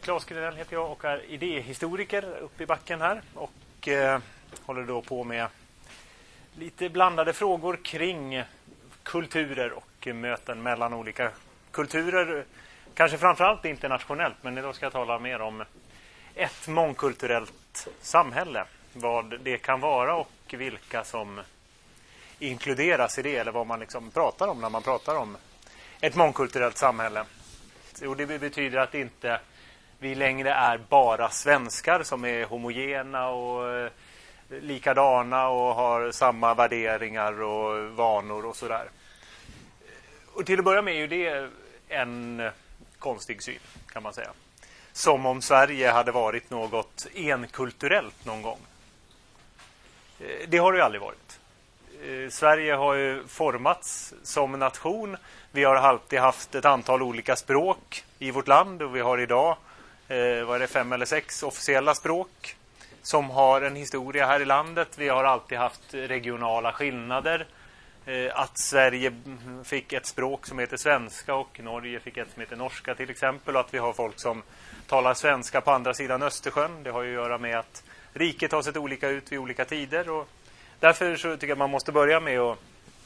Claes Grenell heter jag och är idéhistoriker uppe i backen här och håller då på med lite blandade frågor kring kulturer och möten mellan olika kulturer. Kanske framförallt internationellt, men idag ska jag tala mer om ett mångkulturellt samhälle. Vad det kan vara och vilka som inkluderas i det, eller vad man liksom pratar om när man pratar om ett mångkulturellt samhälle. Och det betyder att inte vi längre är bara svenskar som är homogena och likadana och har samma värderingar och vanor och sådär. Och till att börja med är ju det en konstig syn, kan man säga. Som om Sverige hade varit något enkulturellt någon gång. Det har det ju aldrig varit. Sverige har ju formats som nation. Vi har alltid haft ett antal olika språk i vårt land och vi har idag 5 eller 6 officiella språk som har en historia här i landet. Vi har alltid haft regionala skillnader. Att Sverige fick ett språk som heter svenska och Norge fick ett som heter norska till exempel. Och att vi har folk som talar svenska på andra sidan Östersjön. Det har ju att göra med att riket har sett olika ut vid olika tider. Och därför så tycker jag man måste börja med att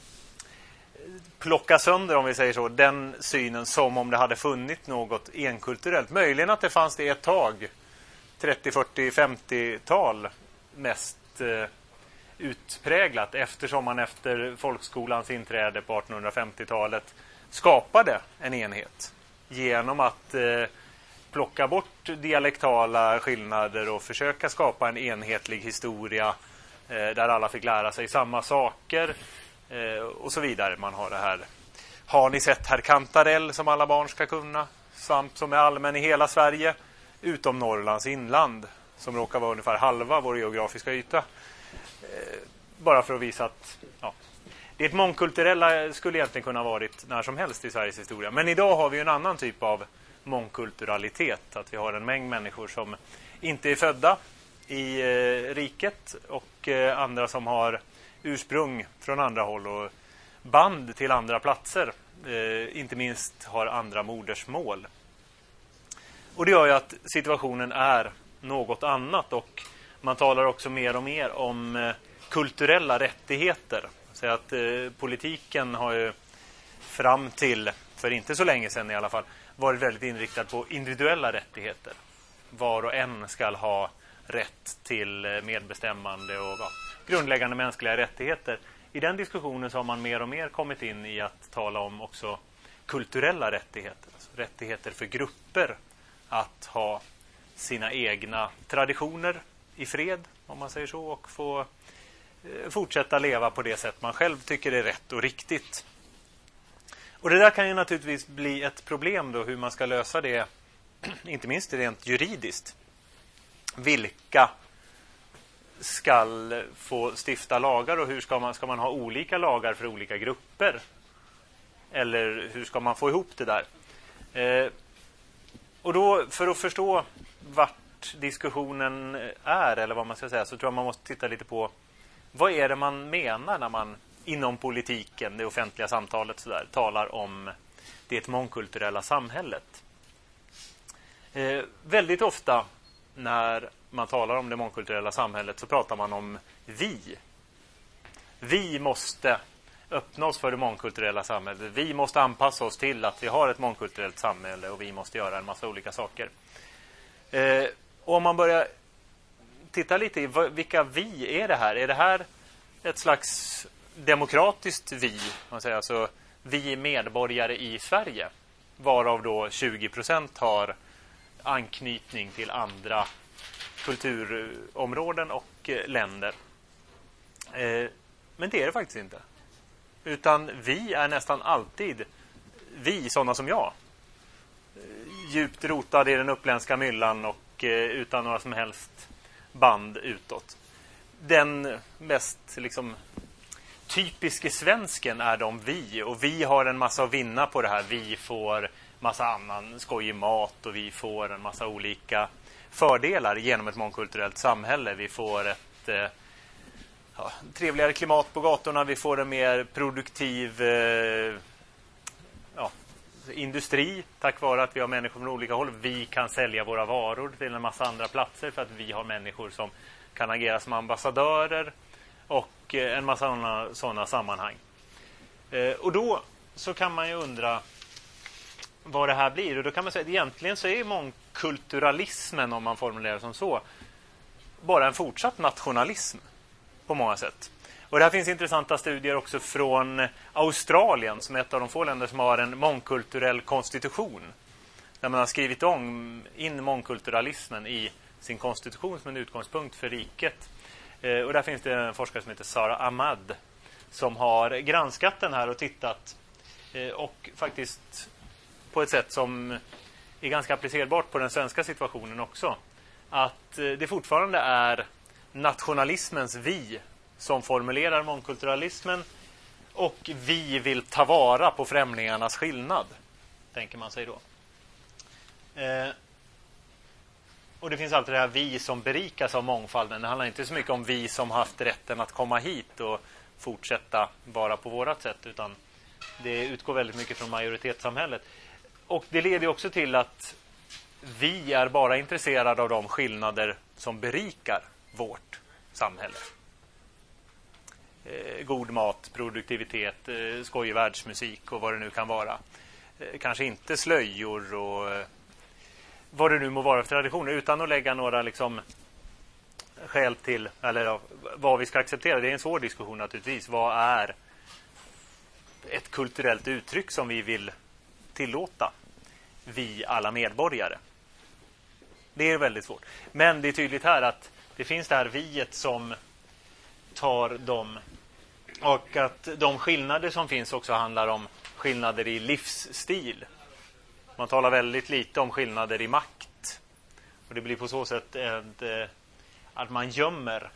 plocka sönder, om vi säger så, den synen som om det hade funnits något enkulturellt. Möjligen att det fanns det ett tag, 30, 40, 50-tal mest utpräglat, eftersom man efter folkskolans inträde på 1850-talet skapade en enhet genom att plocka bort dialektala skillnader och försöka skapa en enhetlig historia där alla fick lära sig samma saker och så vidare. Man har det här: har ni sett herr Kantarell som alla barn ska kunna? Samt som är allmän i hela Sverige utom Norrlands inland, som råkar vara ungefär halva vår geografiska yta. Bara för att visa att det är ett mångkulturella skulle egentligen kunna ha varit när som helst i Sveriges historia. Men idag har vi en annan typ av mångkulturalitet. Att vi har en mängd människor som inte är födda i riket och andra som har ursprung från andra håll och band till andra platser. Inte minst har andra modersmål. Och det gör ju att situationen är något annat, och man talar också mer och mer om kulturella rättigheter. Så att politiken har ju fram till, för inte så länge sedan i alla fall, varit väldigt inriktad på individuella rättigheter. Var och en ska ha rätt till medbestämmande och grundläggande mänskliga rättigheter. I den diskussionen så har man mer och mer kommit in i att tala om också kulturella rättigheter. Alltså rättigheter för grupper att ha sina egna traditioner i fred, om man säger så, och få fortsätta leva på det sätt man själv tycker är rätt och riktigt. Och det där kan ju naturligtvis bli ett problem då, hur man ska lösa det, inte minst rent juridiskt. Vilka ska få stifta lagar och hur ska man ha olika lagar för olika grupper? Eller hur ska man få ihop det där? Och då, för att förstå vart diskussionen är, eller vad man ska säga, så tror jag man måste titta lite på vad är det man menar när man inom politiken, det offentliga samtalet så där, talar om det mångkulturella samhället. Väldigt ofta när man talar om det mångkulturella samhället så pratar man om vi. Vi måste öppna oss för det mångkulturella samhället. Vi måste anpassa oss till att vi har ett mångkulturellt samhälle och vi måste göra en massa olika saker. Och om man börjar titta lite i vilka vi är det här? Är det här ett slags demokratiskt vi? Man säger alltså vi medborgare i Sverige, varav då 20% har anknytning till andra kulturområden och länder. Men det är det faktiskt inte. Utan vi är nästan alltid vi, sådana som jag. Djupt rotade i den uppländska myllan och utan några som helst band utåt. Den mest liksom typiska svensken är de vi, och vi har en massa att vinna på det här. Vi får massa annan skojig mat och vi får en massa olika fördelar genom ett mångkulturellt samhälle. Vi får ett trevligare klimat på gatorna, vi får en mer produktiv industri tack vare att vi har människor från olika håll. Vi kan sälja våra varor till en massa andra platser för att vi har människor som kan agera som ambassadörer och en massa sådana sammanhang. Och då så kan man ju undra vad det här blir. Och då kan man säga att egentligen så är mångkulturalismen, om man formulerar som så, bara en fortsatt nationalism på många sätt. Och det finns intressanta studier också från Australien, som är ett av de få länder som har en mångkulturell konstitution. Där man har skrivit in mångkulturalismen i sin konstitution som en utgångspunkt för riket. Och där finns det en forskare som heter Sarah Ahmad som har granskat den här och tittat. Och faktiskt på ett sätt som är ganska applicerbart på den svenska situationen också. Att det fortfarande är nationalismens vi som formulerar mångkulturalismen, och vi vill ta vara på främlingarnas skillnad, tänker man sig då. Och det finns alltid det här vi som berikas av mångfalden. Det handlar inte så mycket om vi som haft rätten att komma hit och fortsätta vara på vårat sätt, utan det utgår väldigt mycket från majoritetssamhället. Och det leder också till att vi är bara intresserade av de skillnader som berikar vårt samhälle. God mat, produktivitet, skojig världsmusik och vad det nu kan vara. Kanske inte slöjor och vad det nu må vara för traditioner, utan att lägga några liksom skäl till, eller vad vi ska acceptera. Det är en svår diskussion naturligtvis. Vad är ett kulturellt uttryck som vi vill tillåta, vi alla medborgare? Det är väldigt svårt. Men det är tydligt här att det finns det här viet som tar dem, och att de skillnader som finns också handlar om skillnader i livsstil. Man talar väldigt lite om skillnader i makt. Och det blir på så sätt att man gömmer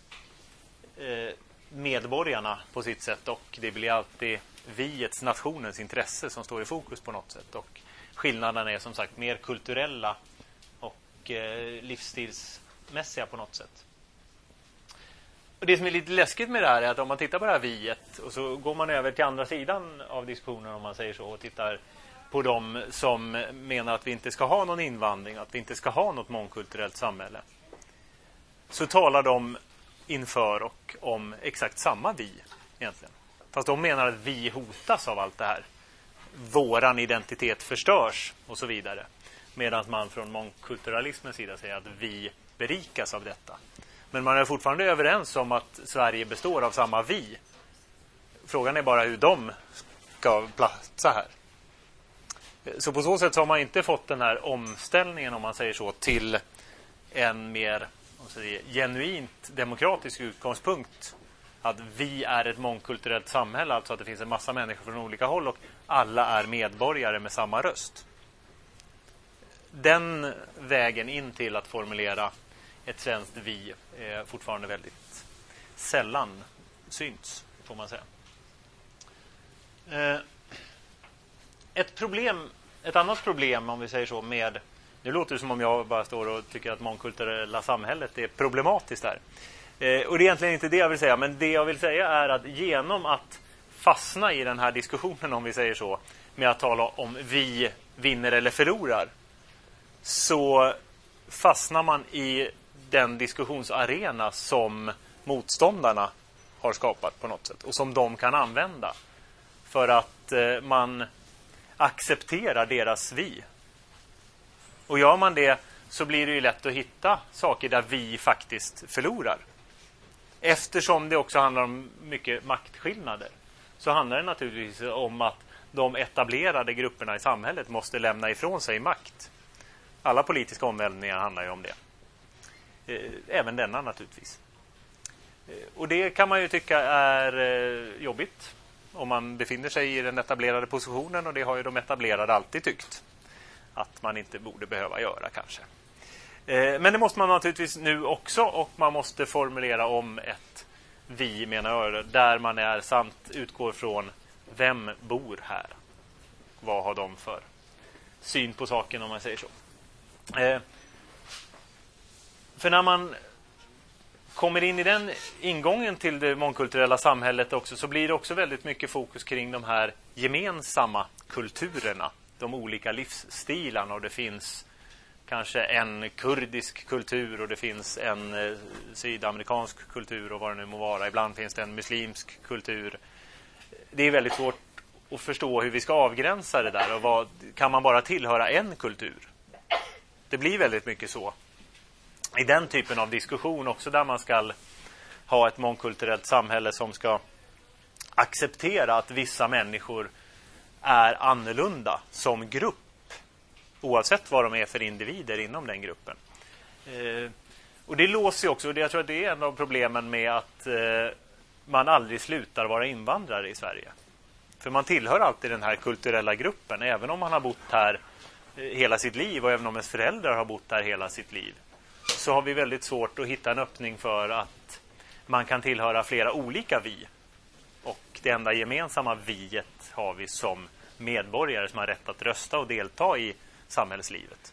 medborgarna på sitt sätt, och det blir alltid viets, nationens intresse som står i fokus på något sätt. Och skillnaderna är som sagt mer kulturella och livsstilsmässiga på något sätt. Och det som är lite läskigt med det här är att om man tittar på det här viet och så går man över till andra sidan av diskussionen, om man säger så, och tittar på de som menar att vi inte ska ha någon invandring, att vi inte ska ha något mångkulturellt samhälle, så talar de inför och om exakt samma vi egentligen. Fast de menar att vi hotas av allt det här. Våran identitet förstörs och så vidare. Medan man från mångkulturalismens sida säger att vi berikas av detta. Men man är fortfarande överens om att Sverige består av samma vi. Frågan är bara hur de ska platsa här. Så på så sätt så har man inte fått den här omställningen, om man säger så, till en mer genuint demokratisk utgångspunkt. Att vi är ett mångkulturellt samhälle, alltså att det finns en massa människor från olika håll och alla är medborgare med samma röst. Den vägen in till att formulera ett svenskt vi är fortfarande väldigt sällan syns, får man säga. Ett annat problem, om vi säger så, med, nu låter det som om jag bara står och tycker att mångkulturella samhället är problematiskt här. Och det är egentligen inte det jag vill säga, men det jag vill säga är att genom att fastna i den här diskussionen, om vi säger så, med att tala om vi vinner eller förlorar, så fastnar man i den diskussionsarena som motståndarna har skapat på något sätt och som de kan använda för att man accepterar deras vi. Och gör man det så blir det ju lätt att hitta saker där vi faktiskt förlorar. Eftersom det också handlar om mycket maktskillnader, så handlar det naturligtvis om att de etablerade grupperna i samhället måste lämna ifrån sig makt. Alla politiska omvälvningar handlar ju om det. Även denna naturligtvis. Och det kan man ju tycka är jobbigt om man befinner sig i den etablerade positionen, och det har ju de etablerade alltid tyckt att man inte borde behöva göra kanske. Men det måste man naturligtvis nu också, och man måste formulera om ett vi, menar jag, där man är sant utgår från vem bor här. Vad har de för syn på saken, om man säger så. För när man kommer in i den ingången till det mångkulturella samhället också, så blir det också väldigt mycket fokus kring de här gemensamma mångkulturerna, de olika livsstilarna, och det finns kanske en kurdisk kultur och det finns en sydamerikansk kultur och vad det nu må vara. Ibland finns det en muslimsk kultur. Det är väldigt svårt att förstå hur vi ska avgränsa det där, och kan man bara tillhöra en kultur? Det blir väldigt mycket så i den typen av diskussion också, där man ska ha ett mångkulturellt samhälle som ska acceptera att vissa människor är annorlunda som grupp, oavsett vad de är för individer inom den gruppen. Och det låser ju också, och jag tror att det är en av problemen med att man aldrig slutar vara invandrare i Sverige. För man tillhör alltid den här kulturella gruppen, även om man har bott här hela sitt liv, och även om ens föräldrar har bott här hela sitt liv. Så har vi väldigt svårt att hitta en öppning för att man kan tillhöra flera olika vi. Och det enda gemensamma viet har vi som medborgare som har rätt att rösta och delta i samhällslivet.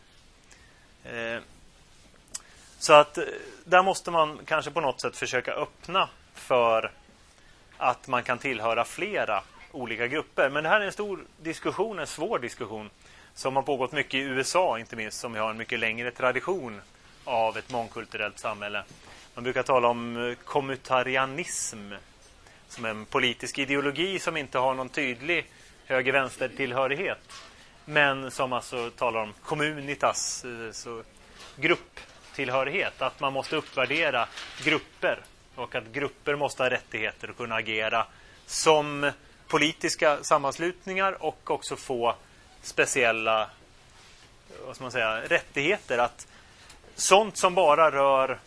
Så att där måste man kanske på något sätt försöka öppna för att man kan tillhöra flera olika grupper. Men det här är en stor diskussion, en svår diskussion, som har pågått mycket i USA, inte minst, som har en mycket längre tradition av ett mångkulturellt samhälle. Man brukar tala om kommunitarianism som en politisk ideologi som inte har någon tydlig höger-vänster-tillhörighet, men som alltså talar om communitas, så grupptillhörighet, att man måste uppvärdera grupper och att grupper måste ha rättigheter att kunna agera som politiska sammanslutningar och också få speciella, vad ska man säga, rättigheter, att sånt som bara rör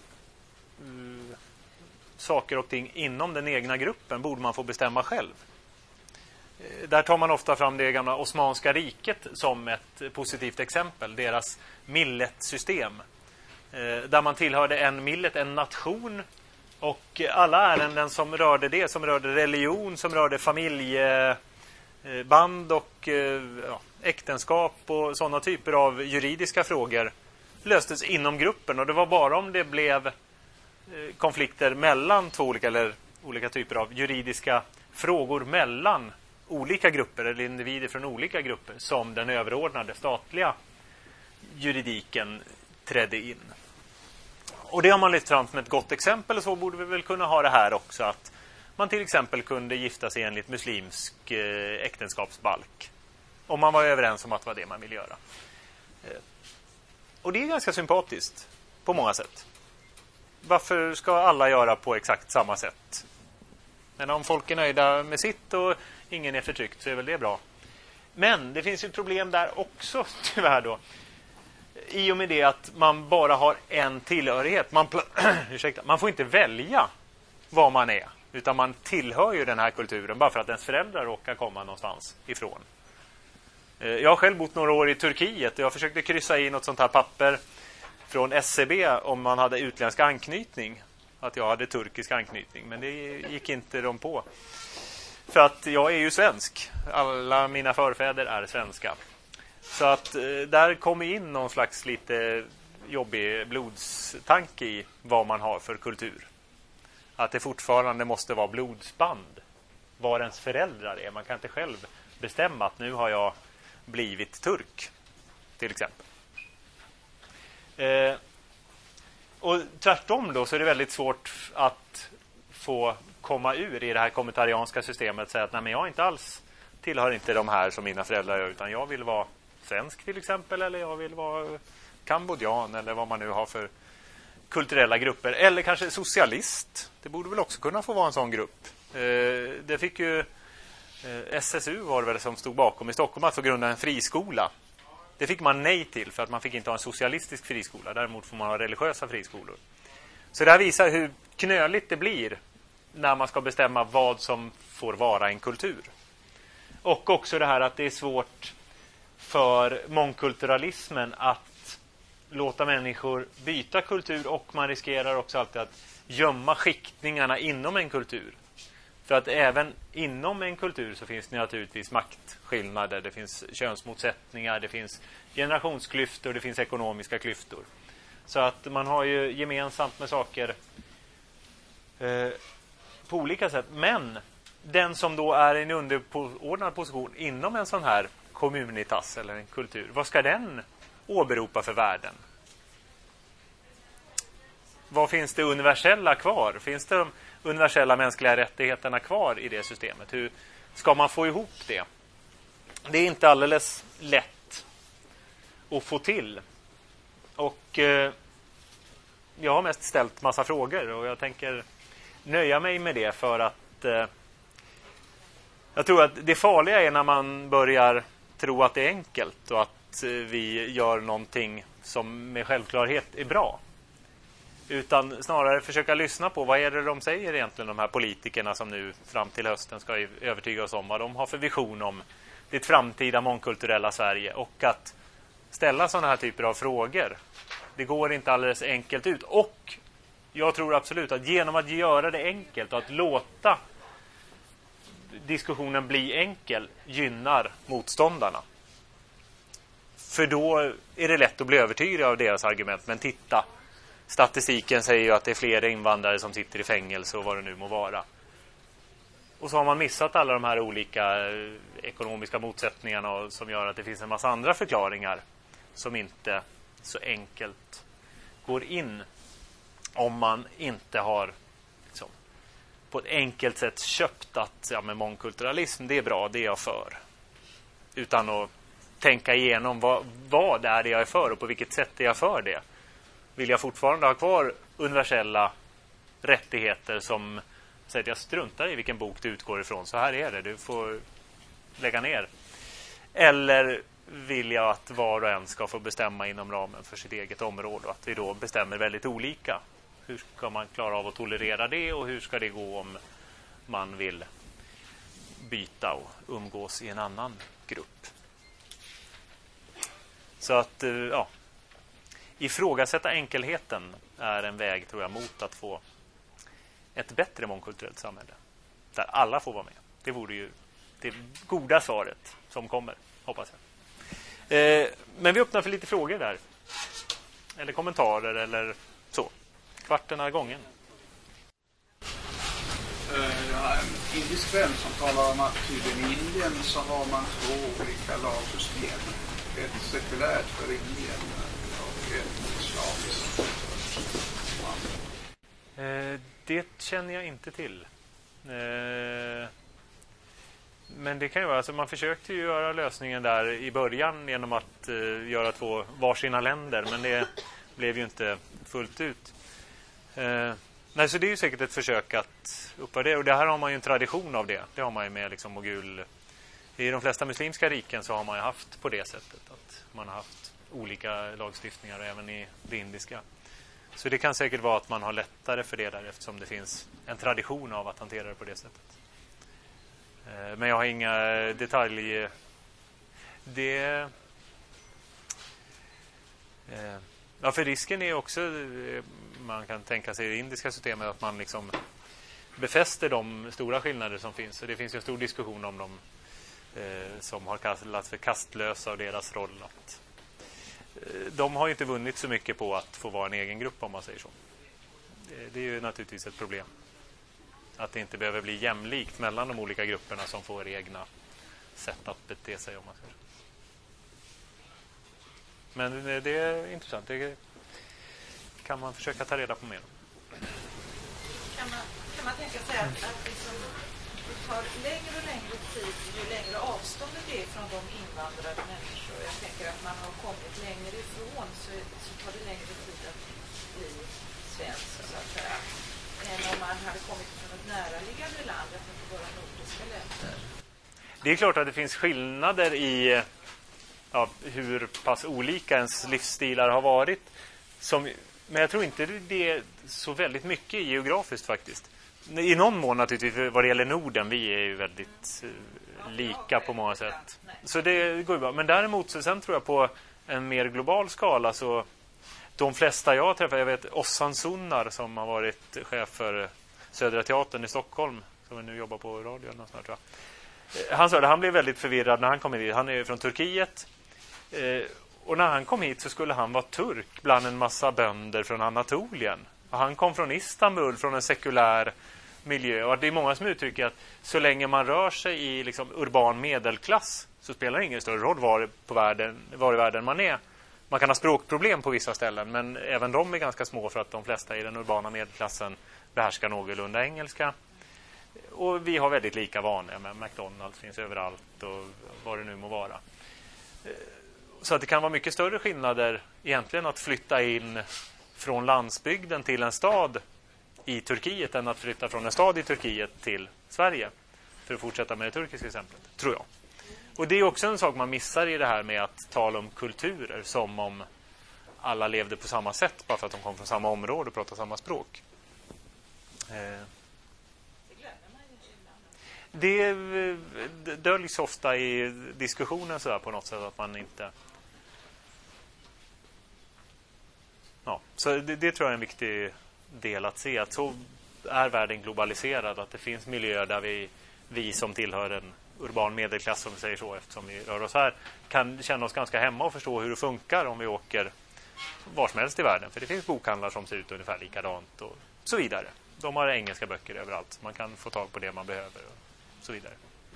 saker och ting inom den egna gruppen borde man få bestämma själv. Där tar man ofta fram det gamla Osmanska riket som ett positivt exempel, deras millet-system, där man tillhörde en millet, en nation, och alla ärenden som rörde det, som rörde religion, som rörde familjeband och äktenskap och sådana typer av juridiska frågor löstes inom gruppen, och det var bara om det blev konflikter mellan två olika eller olika typer av juridiska frågor mellan olika grupper eller individer från olika grupper som den överordnade statliga juridiken trädde in. Och det har man lyft fram som ett gott exempel, och så borde vi väl kunna ha det här också, att man till exempel kunde gifta sig enligt muslimsk äktenskapsbalk om man var överens om att det var det man ville göra. Och det är ganska sympatiskt på många sätt. Varför ska alla göra på exakt samma sätt? Men om folk är nöjda med sitt och ingen är förtryckt så är väl det bra. Men det finns ju ett problem där också, tyvärr då. I och med det att man bara har en tillhörighet. Man får inte välja vad man är, utan man tillhör ju den här kulturen bara för att ens föräldrar råkar komma någonstans ifrån. Jag har själv bott några år i Turkiet och jag försökte kryssa i något sånt här papper från SCB om man hade utländsk anknytning. Att jag hade turkisk anknytning, men det gick inte de på. För att jag är ju svensk. Alla mina förfäder är svenska. Så att där kommer in någon slags lite jobbig blodstanke i vad man har för kultur. Att det fortfarande måste vara blodsband. Var ens föräldrar är. Man kan inte själv bestämma att nu har jag blivit turk, till exempel. Och tvärtom då så är det väldigt svårt att få komma ur i det här kommunitarianska systemet och säga att nej, men jag inte alls tillhör inte de här som mina föräldrar gör, utan jag vill vara svensk till exempel, eller jag vill vara kambodjan, eller vad man nu har för kulturella grupper, eller kanske socialist. Det borde väl också kunna få vara en sån grupp. Det fick ju SSU var det väl som stod bakom i Stockholm att få grunda en friskola. Det fick man nej till för att man fick inte ha en socialistisk friskola. Däremot får man ha religiösa friskolor. Så det här visar hur knöligt det blir när man ska bestämma vad som får vara en kultur. Och också det här att det är svårt för mångkulturalismen att låta människor byta kultur, och man riskerar också alltid att gömma skiktningarna inom en kultur. För att även inom en kultur så finns det naturligtvis maktskillnader, det finns könsmotsättningar, det finns generationsklyftor, det finns ekonomiska klyftor. Så att man har ju gemensamt med saker på olika sätt. Men den som då är i en underordnad position inom en sån här communitas eller en kultur, vad ska den åberopa för värden? Vad finns det universella kvar? Finns det de universella mänskliga rättigheterna kvar i det systemet? Hur ska man få ihop det? Det är inte alldeles lätt att få till. Och jag har mest ställt massa frågor och jag tänker nöja mig med det för att jag tror att det farliga är när man börjar tro att det är enkelt och att vi gör någonting som med självklarhet är bra. Utan snarare försöka lyssna på vad är det de säger egentligen, de här politikerna som nu fram till hösten ska övertyga oss om vad de har för vision om det framtida mångkulturella Sverige, och att ställa sådana här typer av frågor. Det går inte alldeles enkelt ut, och jag tror absolut att genom att göra det enkelt och att låta diskussionen bli enkel gynnar motståndarna. För då är det lätt att bli övertygad av deras argument. Men titta, statistiken säger ju att det är fler invandrare som sitter i fängelse och vad det nu må vara. Och så har man missat alla de här olika ekonomiska motsättningarna som gör att det finns en massa andra förklaringar som inte så enkelt går in om man inte har liksom, på ett enkelt sätt köpt att med mångkulturalism, det är bra, det är jag för. Utan att tänka igenom vad är det jag är för och på vilket sätt är jag för det. Vill jag fortfarande ha kvar universella rättigheter som säger att jag struntar i vilken bok du utgår ifrån, så här är det, du får lägga ner. Eller vill jag att var och en ska få bestämma inom ramen för sitt eget område och att vi då bestämmer väldigt olika. Hur ska man klara av att tolerera det och hur ska det gå om man vill byta och umgås i en annan grupp? Så att, ja, ifrågasätta enkelheten är en väg, tror jag, mot att få ett bättre mångkulturellt samhälle där alla får vara med. Det vore ju det goda svaret som kommer, hoppas jag. Men vi öppnar för lite frågor där. Eller kommentarer eller så. Kvarten är gången. Jag har en indisk vän som talar om att tydligen i Indien så har man två olika lagsystem. Ett sekulärt för Indien och ett slaviskt. Det känner jag inte till. Men det kan ju vara, alltså man försökte ju göra lösningen där i början genom att göra två varsina länder, men det blev ju inte fullt ut. Nej, så det är ju säkert ett försök att uppvärdera, och det här har man ju en tradition av det. Det har man ju med liksom mogul. I de flesta muslimska riken så har man ju haft på det sättet att man har haft olika lagstiftningar även i det indiska. Så det kan säkert vara att man har lättare för det där eftersom det finns en tradition av att hantera det på det sättet. Men jag har inga detaljer. Ja, för risken är också, man kan tänka sig i det indiska systemet att man liksom befäster de stora skillnader som finns. Så det finns ju en stor diskussion om dem som har kallats för kastlösa och deras roll. Att, de har ju inte vunnit så mycket på att få vara en egen grupp, om man säger så. Det är ju naturligtvis ett problem. Att det inte behöver bli jämlikt mellan de olika grupperna som får egna sätt att bete sig, om man säger. Men det är intressant. Det kan man försöka ta reda på mer. Kan man tänka sig att liksom, det tar längre och längre tid ju längre avståndet är från de invandrade människor. Jag tänker att man har kommit längre ifrån så tar det längre tid att bli svensk, så att säga, än om man hade kommit från ett näraliggande land, jag tänker våra nordiska länder. Det är klart att det finns skillnader i hur pass olika ens livsstilar har varit. Men jag tror inte det är så väldigt mycket geografiskt faktiskt. I någon mån naturligtvis vad det gäller Norden, vi är ju väldigt lika på många sätt. Så det går ju bra. Men däremot så sen tror jag på en mer global skala så de flesta jag träffar, jag vet Ossan Sunnar som har varit chef för Södra Teatern i Stockholm, som nu jobbar på radion någonstans, tror jag. Han sa det, han blev väldigt förvirrad när han kom hit. Han är från Turkiet. Och när han kom hit så skulle han vara turk bland en massa bönder från Anatolien. Och han kom från Istanbul, från en sekulär miljö. Och det är många som uttrycker att så länge man rör sig i liksom urban medelklass så spelar det ingen större roll var i världen man är. Man kan ha språkproblem på vissa ställen, men även de är ganska små för att de flesta i den urbana medelklassen behärskar någorlunda engelska. Och vi har väldigt lika vanor, med McDonald's finns överallt och vad det nu må vara. Så att det kan vara mycket större skillnader egentligen att flytta in från landsbygden till en stad i Turkiet än att flytta från en stad i Turkiet till Sverige. För att fortsätta med det turkiska exemplet, tror jag. Och det är också en sak man missar i det här med att tala om kulturer som om alla levde på samma sätt bara för att de kom från samma område och pratade samma språk. Det döljs ofta i diskussionen så där på något sätt att man inte... Ja, så det tror jag är en viktig del att se, att så är världen globaliserad, att det finns miljöer där vi som tillhör en urban medelklass, som vi säger så, eftersom vi rör oss här, kan känna oss ganska hemma och förstå hur det funkar om vi åker var som helst i världen. För det finns bokhandlar som ser ut ungefär likadant och så vidare. De har engelska böcker överallt. Man kan få tag på det man behöver och så vidare.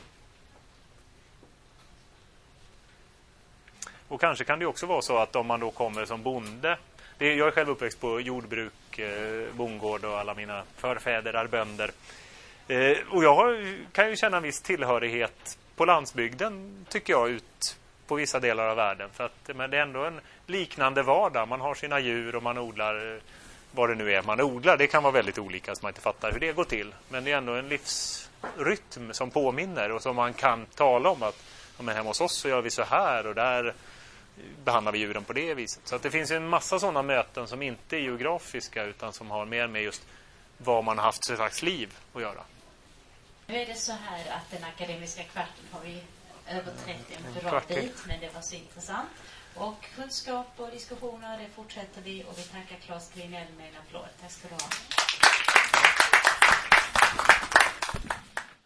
Och kanske kan det också vara så att om man då kommer som bonde... Jag är själv uppväxt på jordbruk, bondgård och alla mina förfäder är bönder. Och jag kan ju känna en viss tillhörighet på landsbygden, tycker jag, ut på vissa delar av världen. Men det är ändå en liknande vardag. Man har sina djur och man odlar vad det nu är man odlar. Det kan vara väldigt olika så man inte fattar hur det går till. Men det är ändå en livsrytm som påminner och som man kan tala om att men hemma hos oss så gör vi så här och där behandlar vi djuren på det viset. Så att det finns en massa sådana möten som inte är geografiska utan som har mer med just vad man har haft för slags liv att göra. Nu är det så här att den akademiska kvarten har vi överträtt en bra bit, men det var så intressant. Och kunskap och diskussioner, det fortsätter vi och vi tackar Claes Grinell med en applåd. Tack ska du ha.